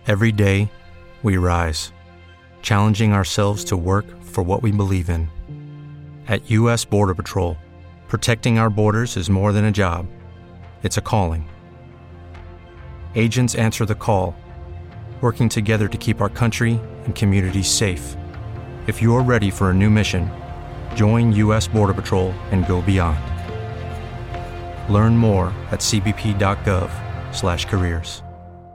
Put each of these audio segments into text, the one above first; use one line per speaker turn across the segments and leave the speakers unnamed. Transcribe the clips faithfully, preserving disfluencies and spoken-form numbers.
Every day, we rise, challenging ourselves to work for what we believe in. At U S Border Patrol, protecting our borders is more than a job. It's a calling. Agents answer the call, working together to keep our country and communities safe. If you're ready for a new mission, join U S Border Patrol and go beyond. Learn more at c b p dot gov slash careers.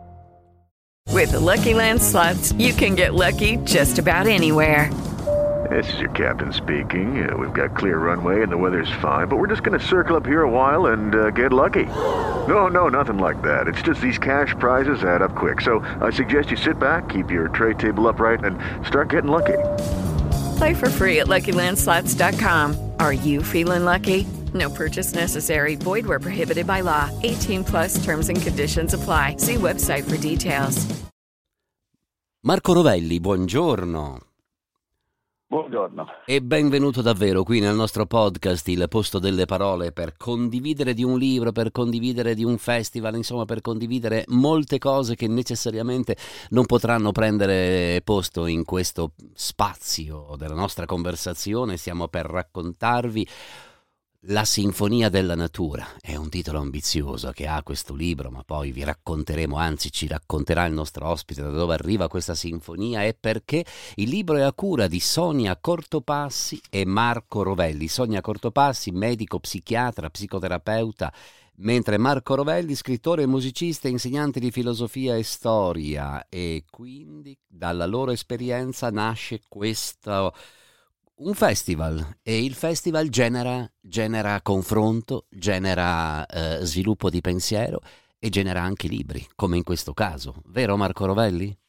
With the Lucky Land Slots, you can get lucky just about anywhere.
This is your captain speaking. Uh, we've got clear runway and the weather's fine, but we're just going to circle up here a while and uh, get lucky. No, no, nothing like that. It's just these cash prizes add up quick. So I suggest you sit back, keep your tray table upright, and start getting lucky.
Play for free at lucky land slots dot com. Are you feeling lucky? No purchase necessary. Void where prohibited by law. eighteen plus terms and conditions apply. See website for details.
Marco Rovelli, buongiorno.
Buongiorno.
E benvenuto davvero qui nel nostro podcast Il Posto delle Parole, per condividere di un libro, per condividere di un festival, insomma per condividere molte cose che necessariamente non potranno prendere posto in questo spazio della nostra conversazione. Stiamo per raccontarvi La Sinfonia della Natura. È un titolo ambizioso che ha questo libro, ma poi vi racconteremo, anzi ci racconterà il nostro ospite da dove arriva questa sinfonia e perché. Il libro è a cura di Sonia Cortopassi e Marco Rovelli. Sonia Cortopassi, medico, psichiatra, psicoterapeuta, mentre Marco Rovelli, scrittore, musicista e insegnante di filosofia e storia. E quindi dalla loro esperienza nasce questo un festival, e il festival genera, genera confronto, genera eh, sviluppo di pensiero e genera anche libri, come in questo caso. Vero Marco Rovelli?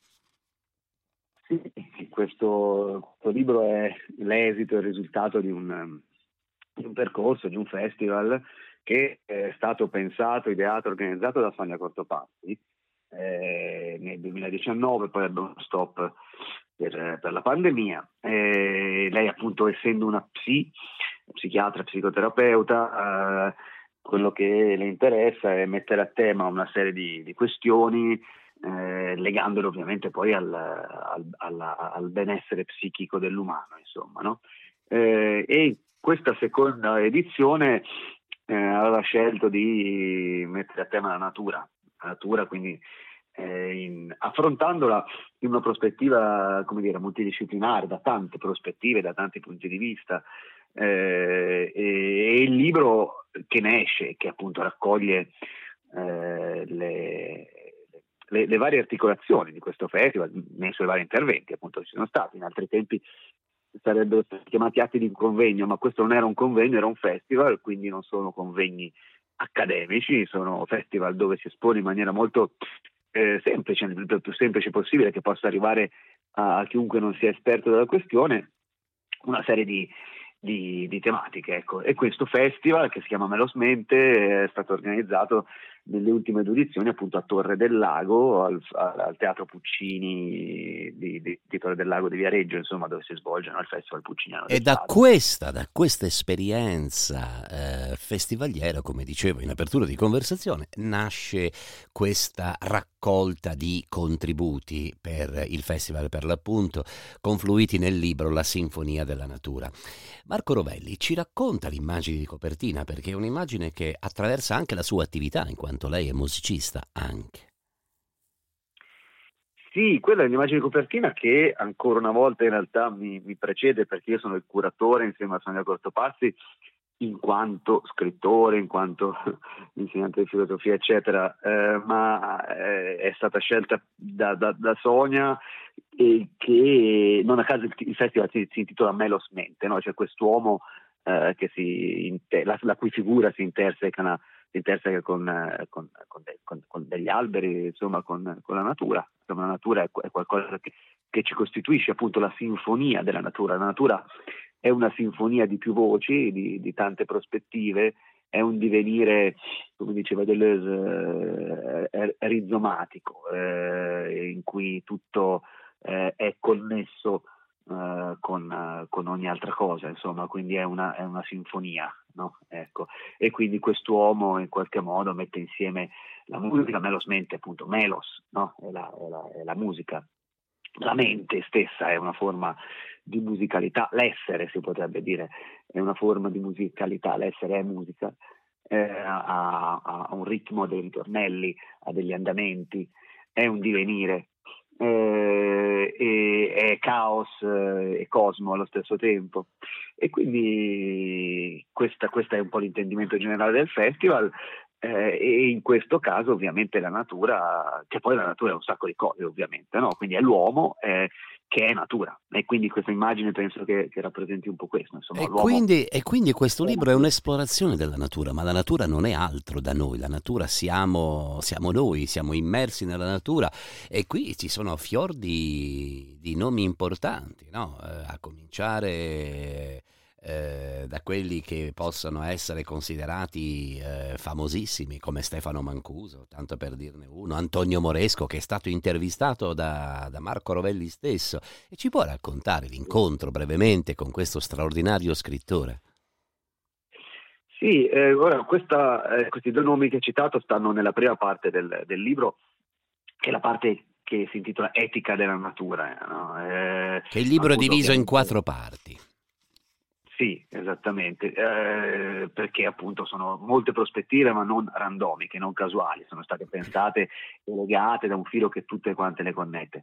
Sì, questo, questo libro è l'esito, il risultato di un, di un percorso, di un festival che è stato pensato, ideato, organizzato da Sonia Cortopassi eh, nel duemiladiciannove, poi abbiamo uno stop Per, per la pandemia. Eh, lei appunto, essendo una psi, psichiatra, psicoterapeuta, eh, quello che le interessa è mettere a tema una serie di, di questioni, eh, legandole ovviamente poi al, al, alla, al benessere psichico dell'umano, insomma, no? Eh, e questa seconda edizione eh, aveva scelto di mettere a tema la natura, la natura quindi Eh, in, affrontandola in una prospettiva, come dire, multidisciplinare, da tante prospettive, da tanti punti di vista, eh, e, e il libro che ne esce, che appunto raccoglie eh, le, le, le varie articolazioni di questo festival nei suoi vari interventi, appunto ci sono stati. In altri tempi sarebbero stati chiamati atti di un convegno, ma questo non era un convegno, era un festival, quindi non sono convegni accademici, sono festival dove si espone in maniera molto Eh, semplice, il più semplice possibile, che possa arrivare a, a chiunque non sia esperto della questione, una serie di, di, di tematiche, ecco. E questo festival, che si chiama Melos Mente, è stato organizzato nelle ultime due edizioni appunto a Torre del Lago, al, al Teatro Puccini di, di, di Torre del Lago di Viareggio, insomma, dove si svolge, no, il Festival Pucciniano
E da
d'estate.
questa, da questa esperienza eh, festivaliera, come dicevo in apertura di conversazione, nasce questa raccolta di contributi per il festival, per l'appunto, confluiti nel libro La Sinfonia della Natura. Marco Rovelli ci racconta l'immagine di copertina, perché è un'immagine che attraversa anche la sua attività, in quanto lei è musicista anche.
Sì, quella è l'immagine di copertina che ancora una volta in realtà mi, mi precede, perché io sono il curatore insieme a Sonia Cortopassi, in quanto scrittore, in quanto insegnante di filosofia, eccetera, eh, ma eh, è stata scelta da, da, da Sonia, e che non a caso il, il festival si, si intitola Melos Mente, no? C'è quest'uomo eh, che si inter- la, la cui figura si interseca, si interseca con, eh, con, con, de- con, con degli alberi, insomma, con, con la natura. Insomma, la natura è, è qualcosa che, che ci costituisce, appunto, la sinfonia della natura. La natura è una sinfonia di più voci, di, di tante prospettive, è un divenire, come diceva Deleuze, eh, rizomatico, eh, in cui tutto eh, è connesso eh, con, eh, con ogni altra cosa, insomma, quindi è una, è una sinfonia, no? Ecco. E quindi quest'uomo in qualche modo mette insieme la musica, melosmente appunto, melos, no? È la, è la, è la musica. La mente stessa è una forma di musicalità, l'essere si potrebbe dire è una forma di musicalità, l'essere è musica, eh, ha, ha un ritmo, dei ritornelli, ha degli andamenti, è un divenire, eh, e, è caos eh, e cosmo allo stesso tempo. E quindi questa, questo è un po' l'intendimento generale del festival. Eh, e in questo caso ovviamente la natura, che poi la natura è un sacco di cose ovviamente, no? Quindi è l'uomo eh, che è natura, e quindi questa immagine penso che, che rappresenti un po' questo, insomma,
E
l'uomo.
quindi, e quindi questo libro è un'esplorazione della natura, ma la natura non è altro da noi, la natura siamo, siamo noi, siamo immersi nella natura, e qui ci sono fior di, di nomi importanti, no? Eh, a cominciare eh, da quelli che possono essere considerati eh, famosissimi come Stefano Mancuso, tanto per dirne uno, Antonio Moresco, che è stato intervistato da, da Marco Rovelli stesso, e ci può raccontare l'incontro brevemente con questo straordinario scrittore?
Sì, eh, ora questa, eh, questi due nomi che hai citato stanno nella prima parte del, del libro, che è la parte che si intitola Etica della natura, no? Eh,
Che il libro è
Mancuso,
diviso in
ovviamente.
quattro parti.
Sì, esattamente, eh, perché appunto sono molte prospettive, ma non randomiche, non casuali, sono state pensate e legate da un filo che tutte quante le connette.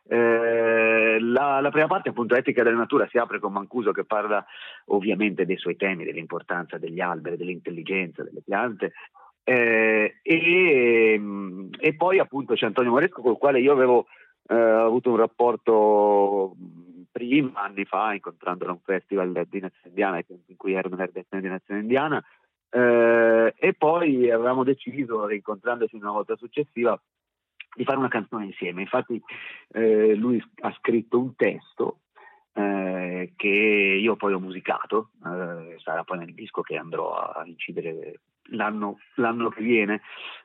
Eh, la, la prima parte, appunto, Etica della natura, si apre con Mancuso, che parla ovviamente dei suoi temi, dell'importanza degli alberi, dell'intelligenza delle piante, eh, e, e poi appunto c'è Antonio Moresco, col quale io avevo eh, avuto un rapporto prima, anni fa, incontrandolo a un festival di Nazione Indiana, in cui ero nella redazione di Nazione Indiana, eh, e poi avevamo deciso, rincontrandoci una volta successiva, di fare una canzone insieme. Infatti eh, lui ha scritto un testo eh, che io poi ho musicato, eh, sarà poi nel disco che andrò a incidere l'anno, l'anno che viene,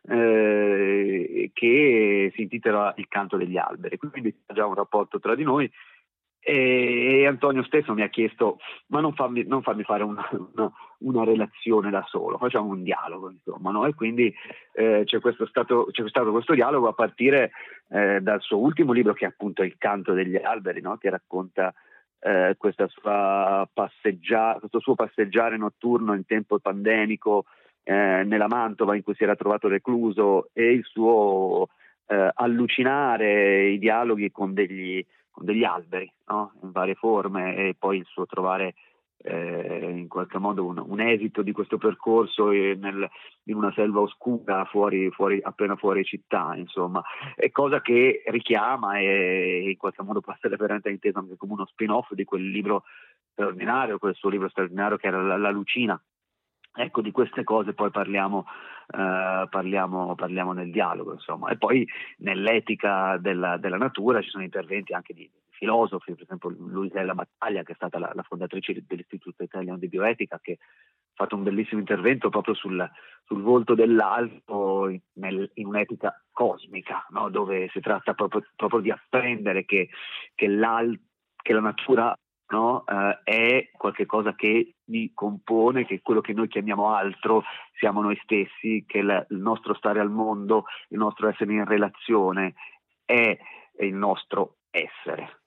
eh, che si intitola Il canto degli alberi. Quindi c'è già un rapporto tra di noi. E Antonio stesso mi ha chiesto: ma non farmi, non farmi fare una, una, una relazione da solo, facciamo un dialogo, insomma, no? E quindi eh, c'è, questo stato, c'è stato questo dialogo a partire eh, dal suo ultimo libro, che è appunto Il canto degli alberi, no? Che racconta eh, questa sua passeggia, questo suo passeggiare notturno in tempo pandemico eh, nella Mantova in cui si era trovato recluso, e il suo eh, allucinare i dialoghi con degli con degli alberi, no? In varie forme, e poi il suo trovare eh, in qualche modo un, un esito di questo percorso nel, in una selva oscura fuori, fuori, appena fuori città, insomma, è cosa che richiama e in qualche modo può essere veramente inteso anche come uno spin-off di quel libro straordinario, quel suo libro straordinario che era La, la Lucina. Ecco, di queste cose poi parliamo, eh, parliamo, parliamo nel dialogo, insomma. E poi nell'etica della, della natura ci sono interventi anche di filosofi, per esempio Luisella Battaglia, che è stata la, la fondatrice dell'Istituto Italiano di Bioetica, che ha fatto un bellissimo intervento proprio sul, sul volto dell'altro in, in un'etica cosmica, no? Dove si tratta proprio, proprio di apprendere che, che, che la natura, no? Uh, è qualcosa che mi compone, che quello che noi chiamiamo altro siamo noi stessi, che la, il nostro stare al mondo, il nostro essere in relazione è il nostro essere.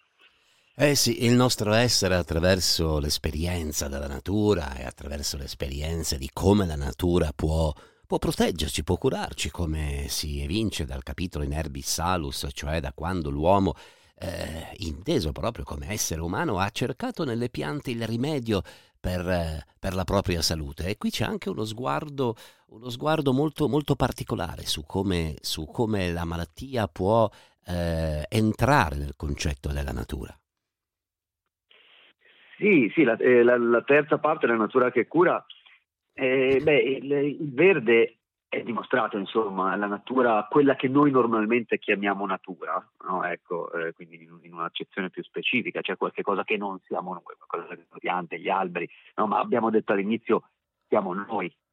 Eh sì, il nostro essere attraverso l'esperienza della natura e attraverso l'esperienza di come la natura può, può proteggerci, può curarci, come si evince dal capitolo In Herbis Salus, cioè da quando l'uomo Eh, inteso proprio come essere umano, ha cercato nelle piante il rimedio per, eh, per la propria salute. E qui c'è anche uno sguardo, uno sguardo molto, molto particolare su come, su come la malattia può eh, entrare nel concetto della natura.
Sì, sì, la, eh, la, la terza parte è la natura che cura. Eh, beh, il, il verde è dimostrato, insomma, la natura, quella che noi normalmente chiamiamo natura, no? Ecco, eh, quindi in, in un'accezione più specifica, cioè qualche cosa che non siamo noi, qualcosa che le piante, gli alberi, no? Ma abbiamo detto all'inizio, siamo noi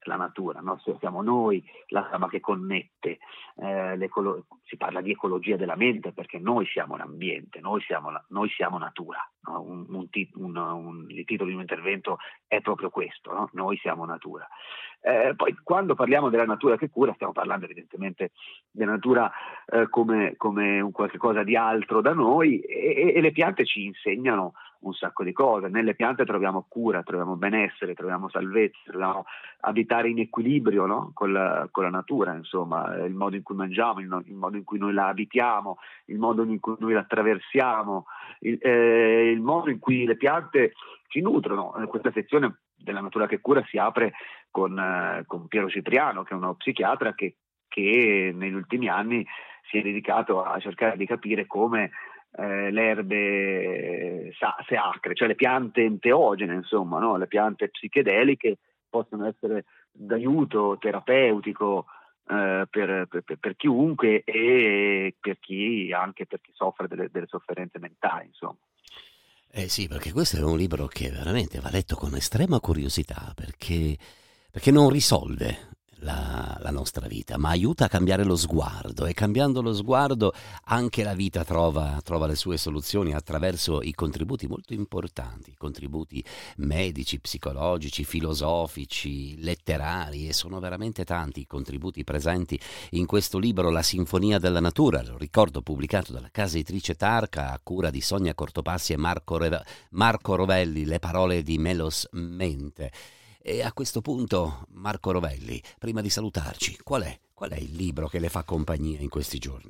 la natura, no? Siamo noi la trama che connette, eh, si parla di ecologia della mente perché noi siamo l'ambiente, noi siamo, la, noi siamo natura, no? un, un, un, un, il titolo di un intervento è proprio questo, no? Noi siamo natura. Eh, poi quando parliamo della natura che cura stiamo parlando evidentemente della natura eh, come, come un qualche cosa di altro da noi e, e le piante ci insegnano un sacco di cose. Nelle piante troviamo cura, troviamo benessere, troviamo salvezza, troviamo abitare in equilibrio, no? con, la, con la natura, insomma, il modo in cui mangiamo, il, il modo in cui noi la abitiamo, il modo in cui noi la attraversiamo, il, eh, il modo in cui le piante ci nutrono. Questa sezione della natura che cura si apre con, eh, con Piero Cipriano, che è uno psichiatra che, che negli ultimi anni si è dedicato a cercare di capire come Eh, le erbe sa- sacre, cioè le piante enteogene, insomma, no? Le piante psichedeliche possono essere d'aiuto terapeutico eh, per, per, per chiunque e per chi anche per chi soffre delle, delle sofferenze mentali, insomma.
Eh sì, perché questo è un libro che veramente va letto con estrema curiosità, perché, perché non risolve La, la nostra vita, ma aiuta a cambiare lo sguardo, e cambiando lo sguardo anche la vita trova, trova le sue soluzioni attraverso i contributi molto importanti, i contributi medici, psicologici, filosofici, letterari, e sono veramente tanti i contributi presenti in questo libro, La Sinfonia della Natura, lo ricordo, pubblicato dalla casa editrice Tarca a cura di Sonia Cortopassi e Marco, Re- Marco Rovelli, le parole di Melos Mente. E a questo punto, Marco Rovelli, prima di salutarci, qual è, qual è il libro che le fa compagnia in questi giorni?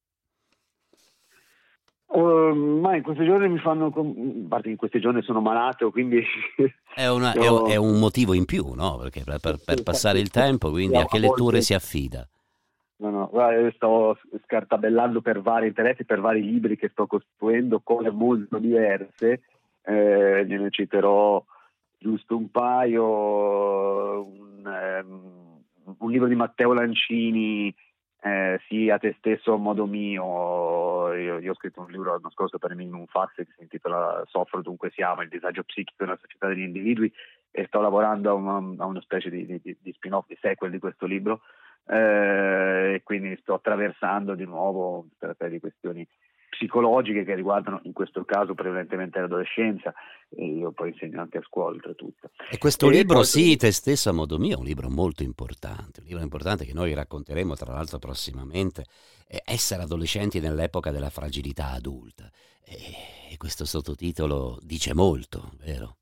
Uh, ma in questi giorni mi fanno, com- a parte in questi giorni sono malato, quindi
è, una,
io...
è, è un motivo in più, no? Perché per, per, per passare il tempo, quindi a che letture si affida?
No, no, guarda, io sto scartabellando per vari interessi, per vari libri che sto costruendo, cose molto diverse, eh, ne citerò giusto un paio, un, um, un libro di Matteo Lancini, eh, sì, a te stesso a modo mio. Io, io ho scritto un libro l'anno scorso per Minimum Fax che si intitola Soffro dunque siamo, il disagio psichico nella società degli individui, e sto lavorando a una, a una specie di, di, di spin-off, di sequel di questo libro, eh, e quindi sto attraversando di nuovo tutta una serie di questioni psicologiche che riguardano in questo caso prevalentemente l'adolescenza, e io poi insegno anche a scuola oltretutto.
E questo
e
libro,
poi...
sì, te stesso a modo mio, è un libro molto importante, un libro importante che noi racconteremo tra l'altro prossimamente, è Essere adolescenti nell'epoca della fragilità adulta, e questo sottotitolo dice molto, vero?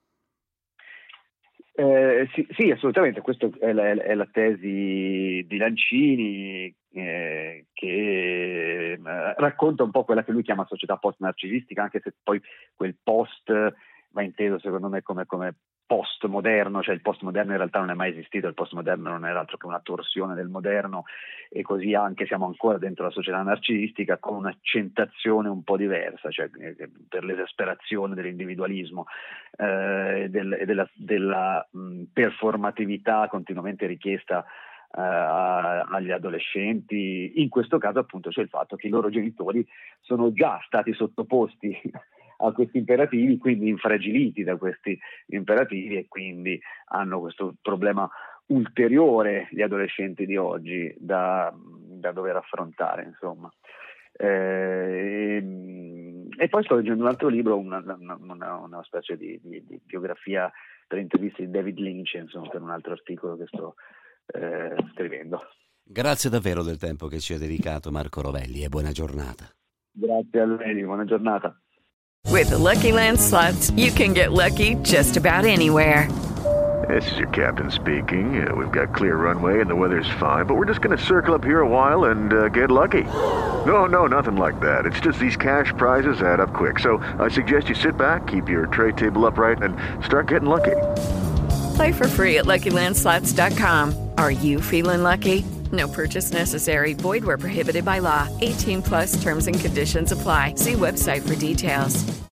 Eh, sì, sì, assolutamente, questa è la, è la tesi di Lancini, eh, che eh, racconta un po' quella che lui chiama società post-narcisistica, anche se poi quel post va inteso secondo me come, come post-moderno, cioè il post-moderno in realtà non è mai esistito, il post-moderno non è altro che una torsione del moderno, e così anche siamo ancora dentro la società narcisistica con un'accentazione un po' diversa, cioè per l'esasperazione dell'individualismo eh, e del, della, della mh, performatività continuamente richiesta uh, agli adolescenti. In questo caso appunto c'è il fatto che i loro genitori sono già stati sottoposti a questi imperativi, quindi infragiliti da questi imperativi, e quindi hanno questo problema ulteriore gli adolescenti di oggi da, da dover affrontare, insomma. Eh, e, e poi sto leggendo un altro libro, una, una, una specie di, di, di biografia per interviste di David Lynch, insomma, per un altro articolo che sto eh, scrivendo.
Grazie davvero del tempo che ci ha dedicato, Marco Rovelli, e buona giornata.
Grazie a lei, buona giornata.
With the Lucky Land Slots, you can get lucky just about anywhere.
This is your captain speaking. Uh, we've got clear runway and the weather's fine, but we're just going to circle up here a while and uh, get lucky. No, no, nothing like that. It's just these cash prizes add up quick. So I suggest you sit back, keep your tray table upright, and start getting lucky.
Play for free at Lucky Land Slots dot com. Are you feeling lucky? No purchase necessary. Void where prohibited by law. eighteen plus terms and conditions apply. See website for details.